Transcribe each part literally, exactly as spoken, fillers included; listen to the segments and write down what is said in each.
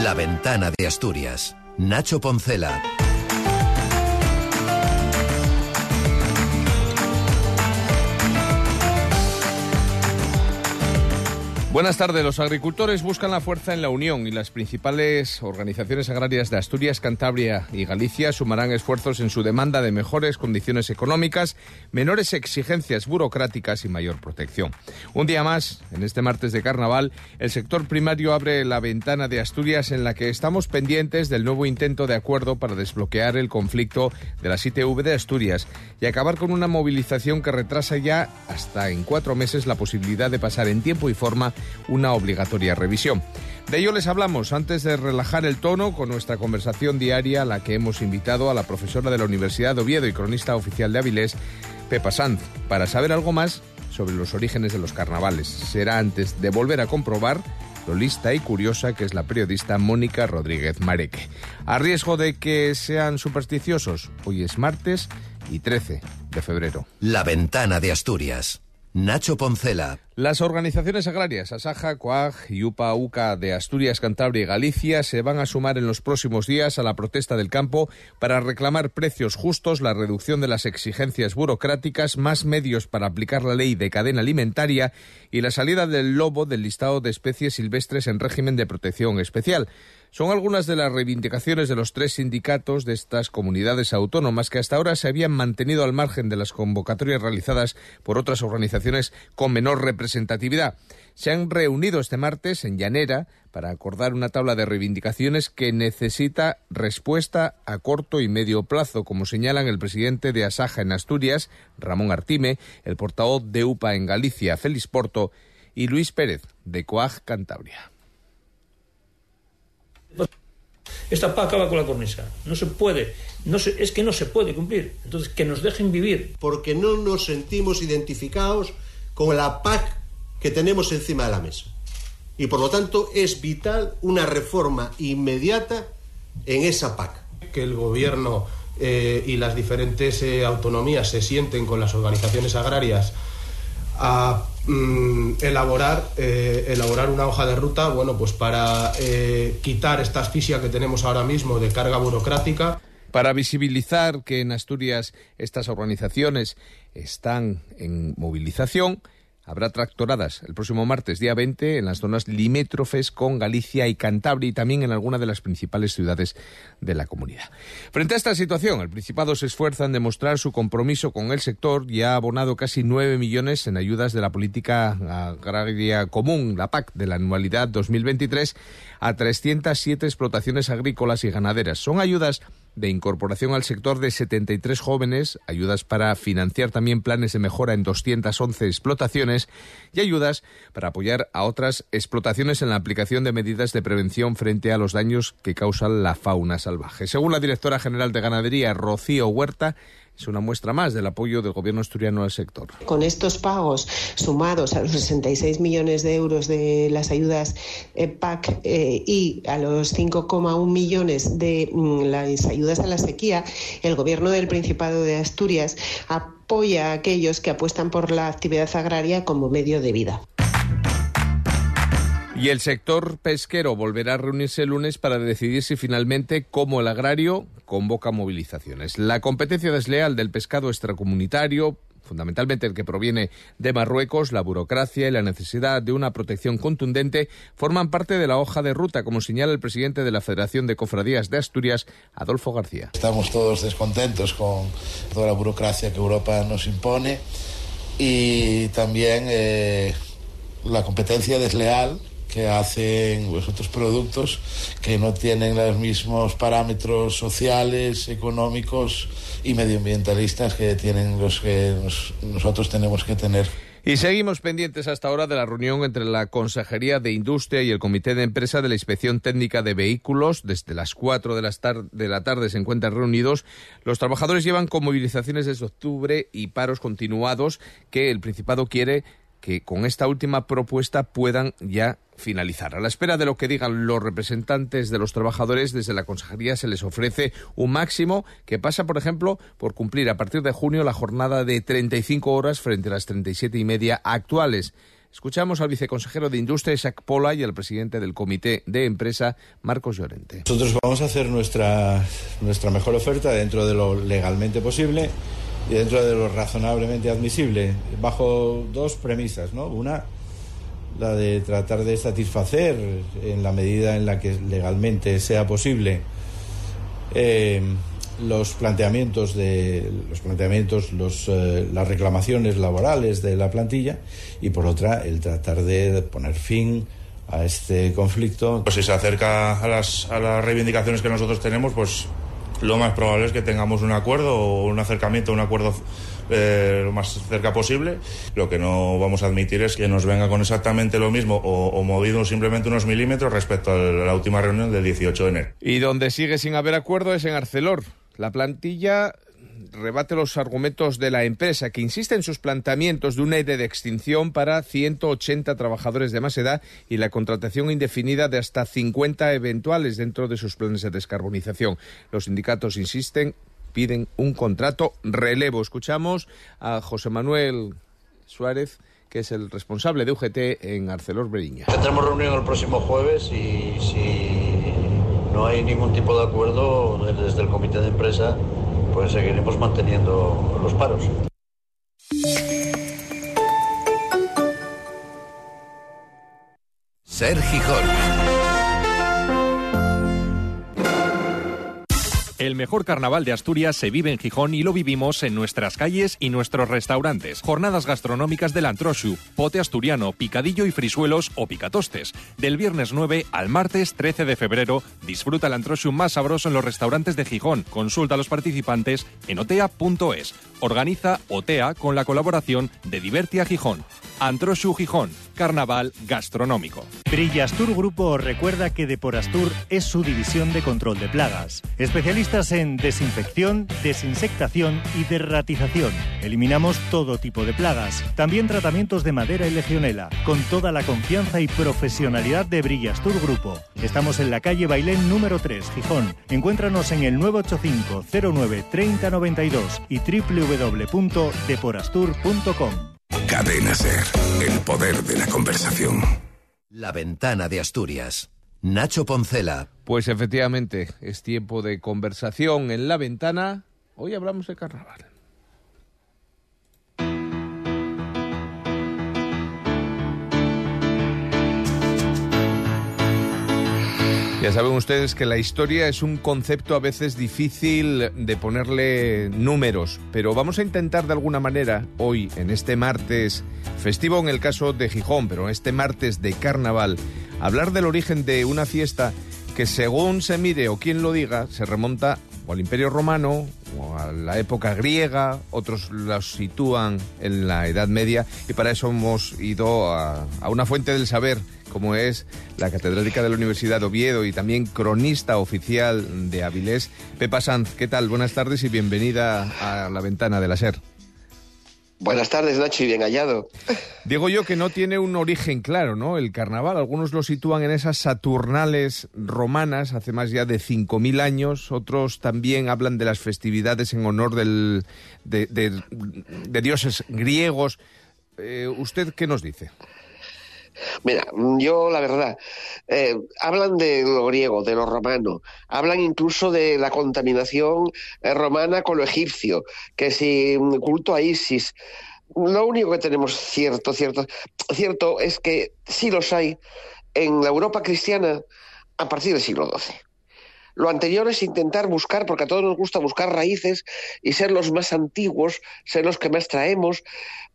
La Ventana de Asturias. Nacho Poncela. Buenas tardes. Los agricultores buscan la fuerza en la Unión y las principales organizaciones agrarias de Asturias, Cantabria y Galicia sumarán esfuerzos en su demanda de mejores condiciones económicas, menores exigencias burocráticas y mayor protección. Un día más, en este martes de Carnaval, el sector primario abre la Ventana de Asturias, en la que estamos pendientes del nuevo intento de acuerdo para desbloquear el conflicto de las I T V de Asturias y acabar con una movilización que retrasa ya hasta en cuatro meses la posibilidad de pasar en tiempo y forma una obligatoria revisión. De ello les hablamos antes de relajar el tono con nuestra conversación diaria, a la que hemos invitado a la profesora de la Universidad de Oviedo y cronista oficial de Avilés, Pepa Sanz, para saber algo más sobre los orígenes de los carnavales. Será antes de volver a comprobar lo lista y curiosa que es la periodista Mónica Rodríguez Mareque. A riesgo de que sean supersticiosos, hoy es martes y trece de febrero. La Ventana de Asturias. Nacho Poncela. Las organizaciones agrarias Asaja, Coag y UPA UCA de Asturias, Cantabria y Galicia se van a sumar en los próximos días a la protesta del campo para reclamar precios justos, la reducción de las exigencias burocráticas, más medios para aplicar la ley de cadena alimentaria y la salida del lobo del listado de especies silvestres en régimen de protección especial. Son algunas de las reivindicaciones de los tres sindicatos de estas comunidades autónomas que hasta ahora se habían mantenido al margen de las convocatorias realizadas por otras organizaciones con menor representatividad. Se han reunido este martes en Llanera para acordar una tabla de reivindicaciones que necesita respuesta a corto y medio plazo, como señalan el presidente de Asaja en Asturias, Ramón Artime, el portavoz de UPA en Galicia, Félix Porto, y Luis Pérez, de Coag Cantabria. Esta P A C acaba con la cornisa. No se puede, no se, es que no se puede cumplir. Entonces, que nos dejen vivir. Porque no nos sentimos identificados con la P A C que tenemos encima de la mesa. Y por lo tanto es vital una reforma inmediata en esa P A C. Que el gobierno eh, y las diferentes eh, autonomías se sienten con las organizaciones agrarias a mm, elaborar eh, elaborar una hoja de ruta, bueno, pues para eh, quitar esta asfixia que tenemos ahora mismo de carga burocrática. Para visibilizar que en Asturias estas organizaciones están en movilización, habrá tractoradas el próximo martes, día veinte, en las zonas limítrofes con Galicia y Cantabria y también en alguna de las principales ciudades de la comunidad. Frente a esta situación, el Principado se esfuerza en demostrar su compromiso con el sector y ha abonado casi nueve millones en ayudas de la Política Agraria Común, la P A C, de la anualidad dos mil veintitrés a trescientas siete explotaciones agrícolas y ganaderas. Son ayudas de incorporación al sector de setenta y tres jóvenes, ayudas para financiar también planes de mejora en doscientas once explotaciones y ayudas para apoyar a otras explotaciones en la aplicación de medidas de prevención frente a los daños que causa la fauna salvaje. Según la directora general de Ganadería, Rocío Huerta, es una muestra más del apoyo del gobierno asturiano al sector. Con estos pagos sumados a los sesenta y seis millones de euros de las ayudas eh, P A C eh, y a los cinco coma uno millones de mm, las ayudas a la sequía, el gobierno del Principado de Asturias apoya a aquellos que apuestan por la actividad agraria como medio de vida. Y el sector pesquero volverá a reunirse el lunes para decidir si finalmente, como el agrario, convoca movilizaciones. La competencia desleal del pescado extracomunitario, fundamentalmente el que proviene de Marruecos, la burocracia y la necesidad de una protección contundente, forman parte de la hoja de ruta, como señala el presidente de la Federación de Cofradías de Asturias, Adolfo García. Estamos todos descontentos con toda la burocracia que Europa nos impone y también eh, la competencia desleal que hacen pues, otros productos que no tienen los mismos parámetros sociales, económicos y medioambientalistas que tienen los que nos, nosotros tenemos que tener. Y seguimos pendientes hasta ahora de la reunión entre la Consejería de Industria y el Comité de Empresa de la Inspección Técnica de Vehículos. Desde las cuatro de, las tar- de la tarde se encuentran reunidos. Los trabajadores llevan con movilizaciones desde octubre y paros continuados que el Principado quiere que con esta última propuesta puedan ya finalizar. A la espera de lo que digan los representantes de los trabajadores, desde la Consejería se les ofrece un máximo que pasa, por ejemplo, por cumplir a partir de junio la jornada de treinta y cinco horas frente a las treinta y siete y media actuales. Escuchamos al viceconsejero de Industria, Isaac Pola, y al presidente del comité de empresa, Marcos Llorente. Nosotros vamos a hacer nuestra, nuestra mejor oferta dentro de lo legalmente posible y dentro de lo razonablemente admisible, bajo dos premisas, ¿no? Una, la de tratar de satisfacer, en la medida en la que legalmente sea posible, eh, los planteamientos de los planteamientos los eh, las reclamaciones laborales de la plantilla, y por otra el tratar de poner fin a este conflicto. Pues si se acerca a las a las reivindicaciones que nosotros tenemos, pues lo más probable es que tengamos un acuerdo o un acercamiento, un acuerdo eh, lo más cerca posible. Lo que no vamos a admitir es que nos venga con exactamente lo mismo o, o movido simplemente unos milímetros respecto a la última reunión del dieciocho de enero. Y donde sigue sin haber acuerdo es en Arcelor. La plantilla rebate los argumentos de la empresa, que insiste en sus planteamientos de un E R E de extinción para ciento ochenta trabajadores de más edad y la contratación indefinida de hasta cincuenta eventuales dentro de sus planes de descarbonización. Los sindicatos insisten, piden un contrato relevo. Escuchamos a José Manuel Suárez, que es el responsable de U G T en Arcelor Breña. Tendremos reunión el próximo jueves y si no hay ningún tipo de acuerdo desde el comité de empresa, pues seguiremos manteniendo los paros. Ser Gijón. El mejor carnaval de Asturias se vive en Gijón y lo vivimos en nuestras calles y nuestros restaurantes. Jornadas gastronómicas del Antroxu, pote asturiano, picadillo y frisuelos o picatostes. Del viernes nueve al martes trece de febrero, disfruta el Antroxu más sabroso en los restaurantes de Gijón. Consulta a los participantes en otea punto es. Organiza Otea con la colaboración de Divertia Gijón. Antroxu Gijón, carnaval gastronómico. Brillastur Grupo recuerda que Deporastur es su división de control de plagas. Especialistas en desinfección, desinsectación y derratización. Eliminamos todo tipo de plagas. También tratamientos de madera y legionela. Con toda la confianza y profesionalidad de Brillastur Grupo. Estamos en la calle Bailén número tres, Gijón. Encuéntranos en el nueve ocho cinco cero nueve tres cero nueve dos y doble u doble u doble u punto deporastur punto com. Cadena Ser, el poder de la conversación. La ventana de Asturias. Nacho Poncela. Pues efectivamente, es tiempo de conversación en La Ventana. Hoy hablamos de carnaval. Ya saben ustedes que la historia es un concepto a veces difícil de ponerle números, pero vamos a intentar de alguna manera hoy, en este martes festivo en el caso de Gijón, pero este martes de carnaval, hablar del origen de una fiesta que, según se mire o quien lo diga, se remonta o al Imperio Romano o a la época griega, otros los sitúan en la Edad Media, y para eso hemos ido a, a una fuente del saber, como es la catedrática de la Universidad de Oviedo y también cronista oficial de Avilés, Pepa Sanz. ¿Qué tal? Buenas tardes y bienvenida a La Ventana de la Ser. Buenas tardes, Nacho, y bien hallado. Digo yo que no tiene un origen claro, ¿no? El carnaval, algunos lo sitúan en esas Saturnales romanas hace más ya de cinco mil años, otros también hablan de las festividades en honor del, de, de, de dioses griegos. Eh, ¿Usted qué nos dice? Mira, yo la verdad, eh, hablan de lo griego, de lo romano, hablan incluso de la contaminación eh, romana con lo egipcio, que si culto a Isis. Lo único que tenemos cierto, cierto, cierto es que sí los hay en la Europa cristiana a partir del siglo doce. Lo anterior es intentar buscar, porque a todos nos gusta buscar raíces y ser los más antiguos, ser los que más traemos,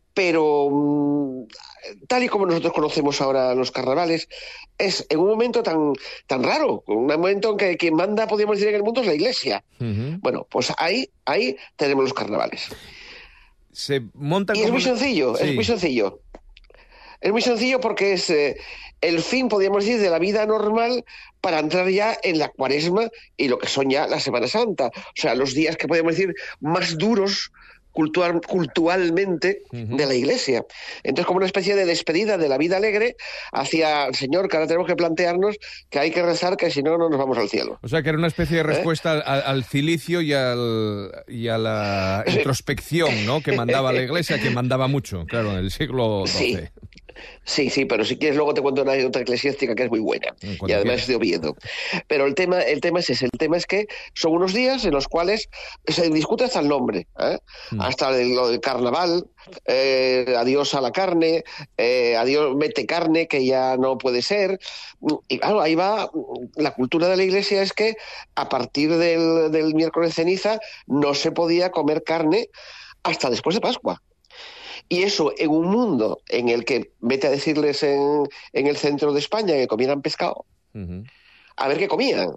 pero tal y como nosotros conocemos ahora los carnavales, es en un momento tan, tan raro, un momento en que quien manda, podríamos decir, en el mundo es la Iglesia. Uh-huh. Bueno, pues ahí, ahí tenemos los carnavales. Se montan y como... es muy sencillo, sí. es muy sencillo. Es muy sencillo porque es eh, el fin, podríamos decir, de la vida normal para entrar ya en la Cuaresma y lo que son ya la Semana Santa. O sea, los días que podríamos decir más duros Cultural, culturalmente uh-huh. de la Iglesia. Entonces, como una especie de despedida de la vida alegre hacia el Señor, que ahora tenemos que plantearnos que hay que rezar, que si no, no nos vamos al cielo. O sea, que era una especie de respuesta ¿Eh? al, al cilicio y, al, y a la introspección, ¿no?, que mandaba la Iglesia, que mandaba mucho, claro, en el siglo doce. Sí. Sí, sí, pero si quieres luego te cuento una anécdota eclesiástica que es muy buena y además quieras. Es de Oviedo. Pero el tema, el tema es ese, el tema es que son unos días en los cuales se discute hasta el nombre, ¿eh? mm. hasta el, lo del carnaval, eh, adiós a la carne, eh, adiós mete carne que ya no puede ser, y claro, ahí va, la cultura de la Iglesia es que a partir del, del miércoles ceniza no se podía comer carne hasta después de Pascua. Y eso en un mundo en el que, vete a decirles en, en el centro de España que comieran pescado, uh-huh. a ver qué comían.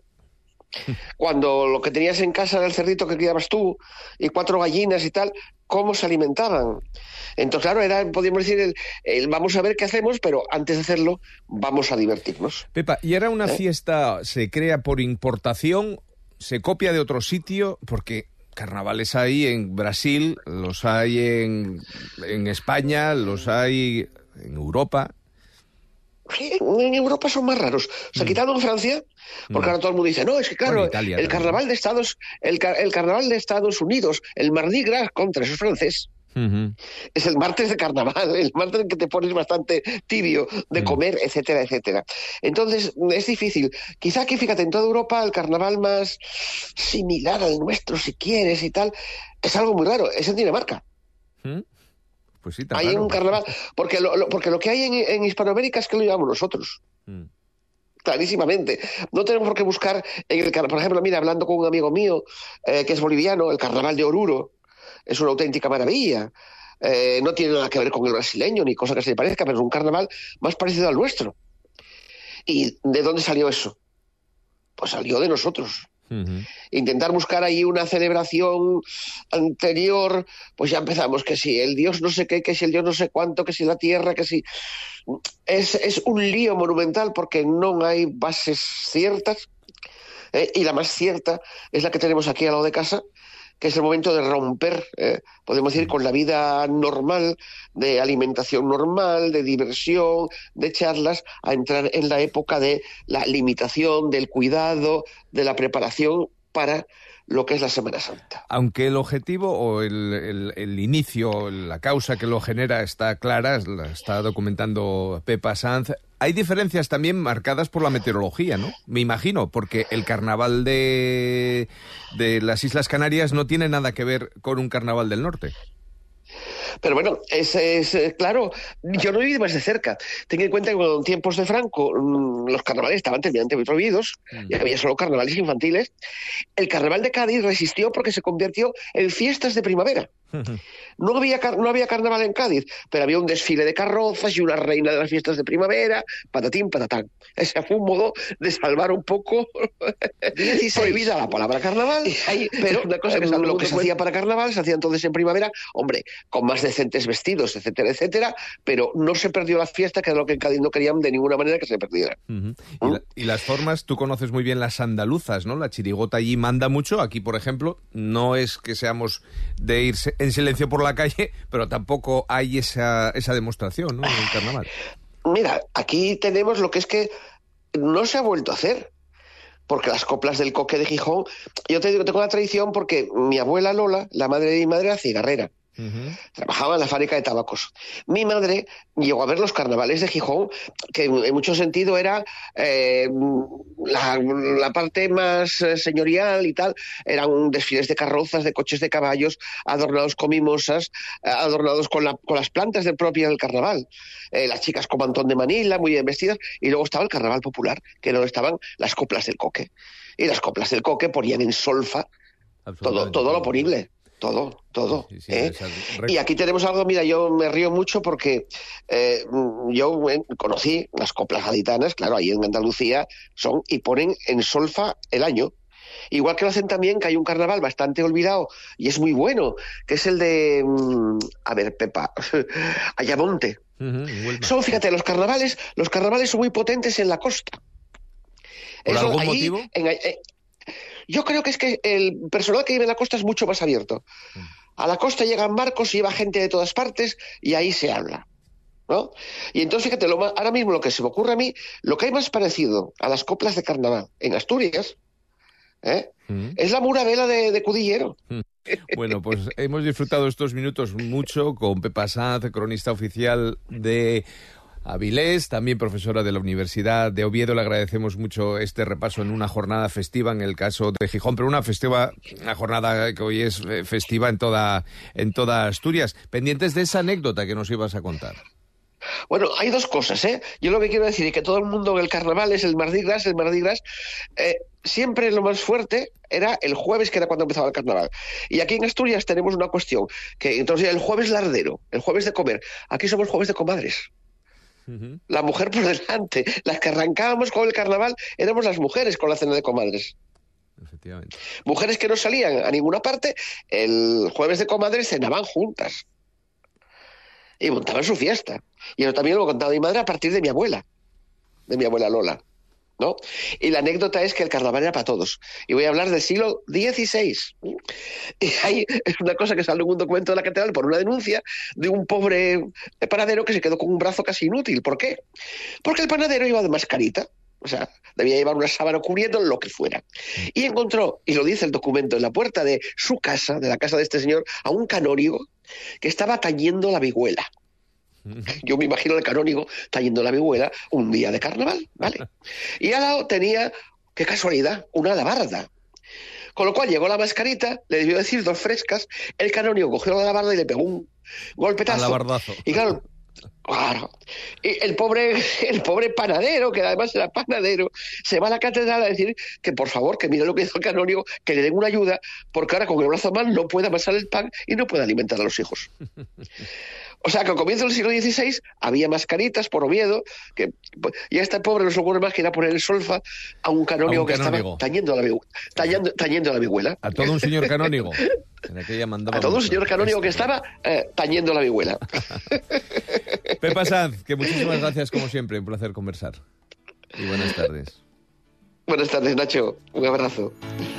Cuando lo que tenías en casa era el cerdito que criabas tú y cuatro gallinas y tal, ¿cómo se alimentaban? Entonces, claro, era, podríamos decir, el, el vamos a ver qué hacemos, pero antes de hacerlo, vamos a divertirnos. Pepa, ¿y era una ¿Eh? fiesta, se crea por importación, se copia de otro sitio? Porque carnavales hay en Brasil, los hay en, en España, los hay en Europa. Sí, en Europa son más raros. O sea, mm. quitando en Francia, porque mm. ahora todo el mundo dice, no, es que claro, Italia, el carnaval de Estados, el, el carnaval de Estados Unidos, el Mardi Gras contra esos franceses, uh-huh. es el martes de carnaval, el martes en que te pones bastante tibio de mm. comer, etcétera, etcétera. Entonces, es difícil. Quizá aquí, fíjate, en toda Europa el carnaval más similar al nuestro, si quieres, y tal, es algo muy raro, es en Dinamarca. ¿Mm? Pues sí, hay raro. Un carnaval, porque lo, lo, porque lo que hay en, en Hispanoamérica es que lo llevamos nosotros. Mm. Clarísimamente. No tenemos por qué buscar en el carnaval. Por ejemplo, mira, hablando con un amigo mío eh, que es boliviano, el carnaval de Oruro es una auténtica maravilla. Eh, no tiene nada que ver con el brasileño ni cosa que se le parezca, pero es un carnaval más parecido al nuestro. ¿Y de dónde salió eso? Pues salió de nosotros. Uh-huh. Intentar buscar ahí una celebración anterior, pues ya empezamos que si el dios no sé qué, que si el dios no sé cuánto, que si la tierra, que si... Es, es un lío monumental porque no hay bases ciertas, eh, y la más cierta es la que tenemos aquí al lado de casa, que es el momento de romper, eh, podemos decir, con la vida normal, de alimentación normal, de diversión, de charlas, a entrar en la época de la limitación, del cuidado, de la preparación para lo que es la Semana Santa. Aunque el objetivo o el, el, el inicio, la causa que lo genera está clara, la está documentando Pepa Sanz, hay diferencias también marcadas por la meteorología, ¿no? Me imagino, porque el carnaval de, de las Islas Canarias no tiene nada que ver con un carnaval del norte. Pero bueno, es, es claro, yo no he vivido más de cerca. Ten en cuenta que en tiempos de Franco los carnavales estaban terminantemente prohibidos mm. y había solo carnavales infantiles. El carnaval de Cádiz resistió porque se convirtió en fiestas de primavera. No había, no había carnaval en Cádiz, pero había un desfile de carrozas y una reina de las fiestas de primavera, patatín, patatán. Ese fue un modo de salvar un poco prohibida la palabra carnaval, pero una cosa que lo que se hacía para carnaval se hacía entonces en primavera, hombre, con más decentes vestidos, etcétera, etcétera, pero no se perdió la fiesta, que es lo que en Cádiz no querían de ninguna manera que se perdiera. Uh-huh. ¿Mm? Y, la, y las formas, tú conoces muy bien las andaluzas, ¿no? La chirigota allí manda mucho. Aquí, por ejemplo, no es que seamos de irse en silencio por la calle, pero tampoco hay esa, esa demostración, ¿no?, en el carnaval. Mira, aquí tenemos lo que es que no se ha vuelto a hacer, porque las coplas del Coque de Gijón, yo te digo, tengo la tradición porque mi abuela Lola, la madre de mi madre, era cigarrera. Uh-huh. Trabajaba en la fábrica de tabacos. Mi madre llegó a ver los carnavales de Gijón, que en mucho sentido era eh, la, la parte más eh, señorial y tal. Eran desfiles de carrozas, de coches de caballos, adornados con mimosas, eh, adornados con, la, con las plantas del propio del carnaval. Eh, las chicas con mantón de Manila, muy bien vestidas, y luego estaba el carnaval popular, que era donde estaban las coplas del Coque. Y las coplas del Coque ponían en solfa todo, todo lo ponible. Todo, todo. Sí, sí, ¿eh? Y aquí tenemos algo, mira, yo me río mucho porque eh, yo eh, conocí las coplas gaditanas, claro, ahí en Andalucía son y ponen en solfa el año. Igual que lo hacen también, que hay un carnaval bastante olvidado y es muy bueno, que es el de, mm, a ver, Pepa, Ayamonte. Uh-huh, son, fíjate, los carnavales, los carnavales son muy potentes en la costa. ¿Por Eso, algún allí, motivo? En, en, Yo creo que es que el personal que vive en la costa es mucho más abierto. A la costa llegan barcos y lleva gente de todas partes y ahí se habla, ¿no? Y entonces, fíjate, lo más, ahora mismo lo que se me ocurre a mí, lo que hay más parecido a las coplas de carnaval en Asturias, ¿eh? Mm. es la Murabela de, de Cudillero. Mm. Bueno, pues hemos disfrutado estos minutos mucho con Pepa Sanz, cronista oficial de Avilés, también profesora de la Universidad de Oviedo. Le agradecemos mucho este repaso en una jornada festiva en el caso de Gijón, pero una festiva, una jornada que hoy es festiva en toda, en toda Asturias. Pendientes de esa anécdota que nos ibas a contar. Bueno, hay dos cosas, ¿eh? Yo lo que quiero decir es que todo el mundo en el carnaval es el Mardi Gras, el Mardi Gras. Eh, siempre lo más fuerte era el jueves, que era cuando empezaba el carnaval. Y aquí en Asturias tenemos una cuestión, que entonces el jueves lardero, el jueves de comer. Aquí somos jueves de comadres. Uh-huh. La mujer por delante. Las que arrancábamos con el carnaval éramos las mujeres con la cena de comadres. Efectivamente. Mujeres que no salían a ninguna parte, el jueves de comadres cenaban juntas. Y montaban su fiesta. Y eso también lo contaba mi madre a partir de mi abuela, de mi abuela Lola, ¿no? Y la anécdota es que el carnaval era para todos. Y voy a hablar del siglo dieciséis. Y hay una cosa que sale en un documento de la catedral por una denuncia de un pobre panadero que se quedó con un brazo casi inútil. ¿Por qué? Porque el panadero iba de mascarita. O sea, debía llevar una sábana cubriendo lo que fuera. Y encontró, y lo dice el documento, en la puerta de su casa, de la casa de este señor, a un canónigo que estaba tañendo la vihuela. Yo me imagino al canónigo tañendo la vihuela un día de carnaval, ¿vale? Y al lado tenía, qué casualidad, una alabarda. Con lo cual llegó la mascarita, le debió decir dos frescas, el canónigo cogió la alabarda y le pegó un golpetazo. Alabardazo. Y claro, claro, y el pobre, el pobre panadero, que además era panadero, se va a la catedral a decir que por favor, que mire lo que hizo el canónigo, que le den una ayuda, porque ahora con el brazo mal no puede amasar el pan y no puede alimentar a los hijos. O sea, que al comienzo del siglo dieciséis había mascaritas por Oviedo, que, y a este pobre no se ocurre más que ir a poner el solfa a un canónigo, a un que canónigo. estaba tañendo la, tañando, tañendo la vihuela. A todo un señor canónigo. En aquella a todo un señor canónigo que estaba eh, tañendo la vihuela. Pepa Sanz, que muchísimas gracias como siempre, un placer conversar. Y buenas tardes. Buenas tardes, Nacho. Un abrazo.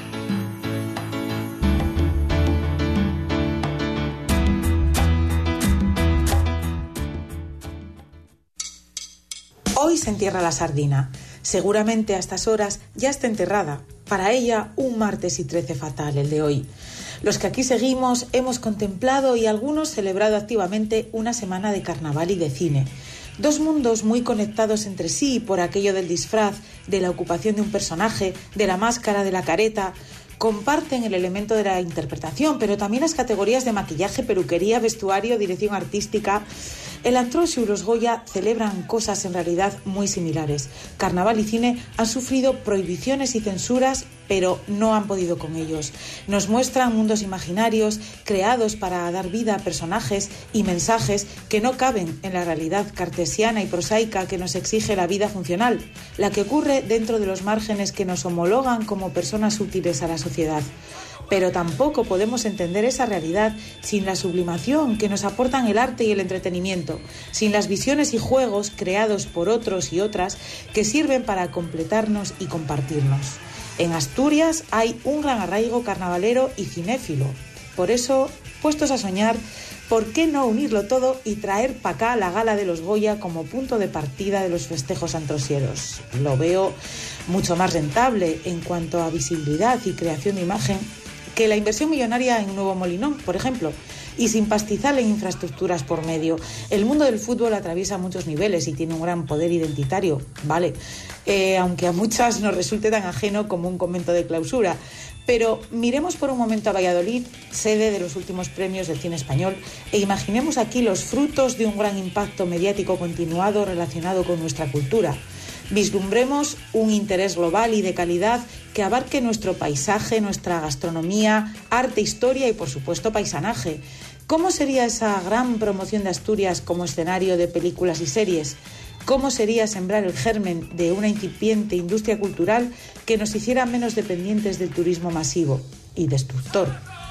Hoy se entierra la sardina. Seguramente a estas horas ya está enterrada. Para ella, un martes y trece fatal el de hoy. Los que aquí seguimos hemos contemplado y algunos celebrado activamente una semana de carnaval y de cine. Dos mundos muy conectados entre sí por aquello del disfraz, de la ocupación de un personaje, de la máscara, de la careta. Comparten el elemento de la interpretación, pero también las categorías de maquillaje, peluquería, vestuario, dirección artística. El Antrosio y los Goya celebran cosas en realidad muy similares. Carnaval y cine han sufrido prohibiciones y censuras, pero no han podido con ellos. Nos muestran mundos imaginarios creados para dar vida a personajes y mensajes que no caben en la realidad cartesiana y prosaica que nos exige la vida funcional, la que ocurre dentro de los márgenes que nos homologan como personas útiles a la sociedad. Pero tampoco podemos entender esa realidad sin la sublimación que nos aportan el arte y el entretenimiento, sin las visiones y juegos creados por otros y otras que sirven para completarnos y compartirnos. En Asturias hay un gran arraigo carnavalero y cinéfilo. Por eso, puestos a soñar, ¿por qué no unirlo todo y traer para acá la gala de los Goya como punto de partida de los festejos antrosieros? Lo veo mucho más rentable en cuanto a visibilidad y creación de imagen que la inversión millonaria en Nuevo Molinón, por ejemplo, y sin pastizal en infraestructuras por medio. El mundo del fútbol atraviesa muchos niveles y tiene un gran poder identitario, vale, eh, aunque a muchas nos resulte tan ajeno como un convento de clausura. Pero miremos por un momento a Valladolid, sede de los últimos premios del cine español, e imaginemos aquí los frutos de un gran impacto mediático continuado relacionado con nuestra cultura. Vislumbremos un interés global y de calidad que abarque nuestro paisaje, nuestra gastronomía, arte, historia y, por supuesto, paisanaje. ¿Cómo sería esa gran promoción de Asturias como escenario de películas y series? ¿Cómo sería sembrar el germen de una incipiente industria cultural que nos hiciera menos dependientes del turismo masivo y destructor?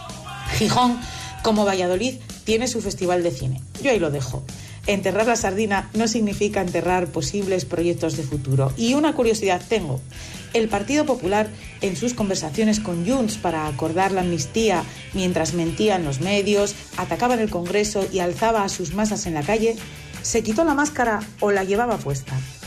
Gijón, como Valladolid, tiene su festival de cine. Yo ahí lo dejo. Enterrar la sardina no significa enterrar posibles proyectos de futuro. Y una curiosidad tengo. El Partido Popular, en sus conversaciones con Junts para acordar la amnistía mientras mentían los medios, atacaban el Congreso y alzaba a sus masas en la calle, ¿se quitó la máscara o la llevaba puesta?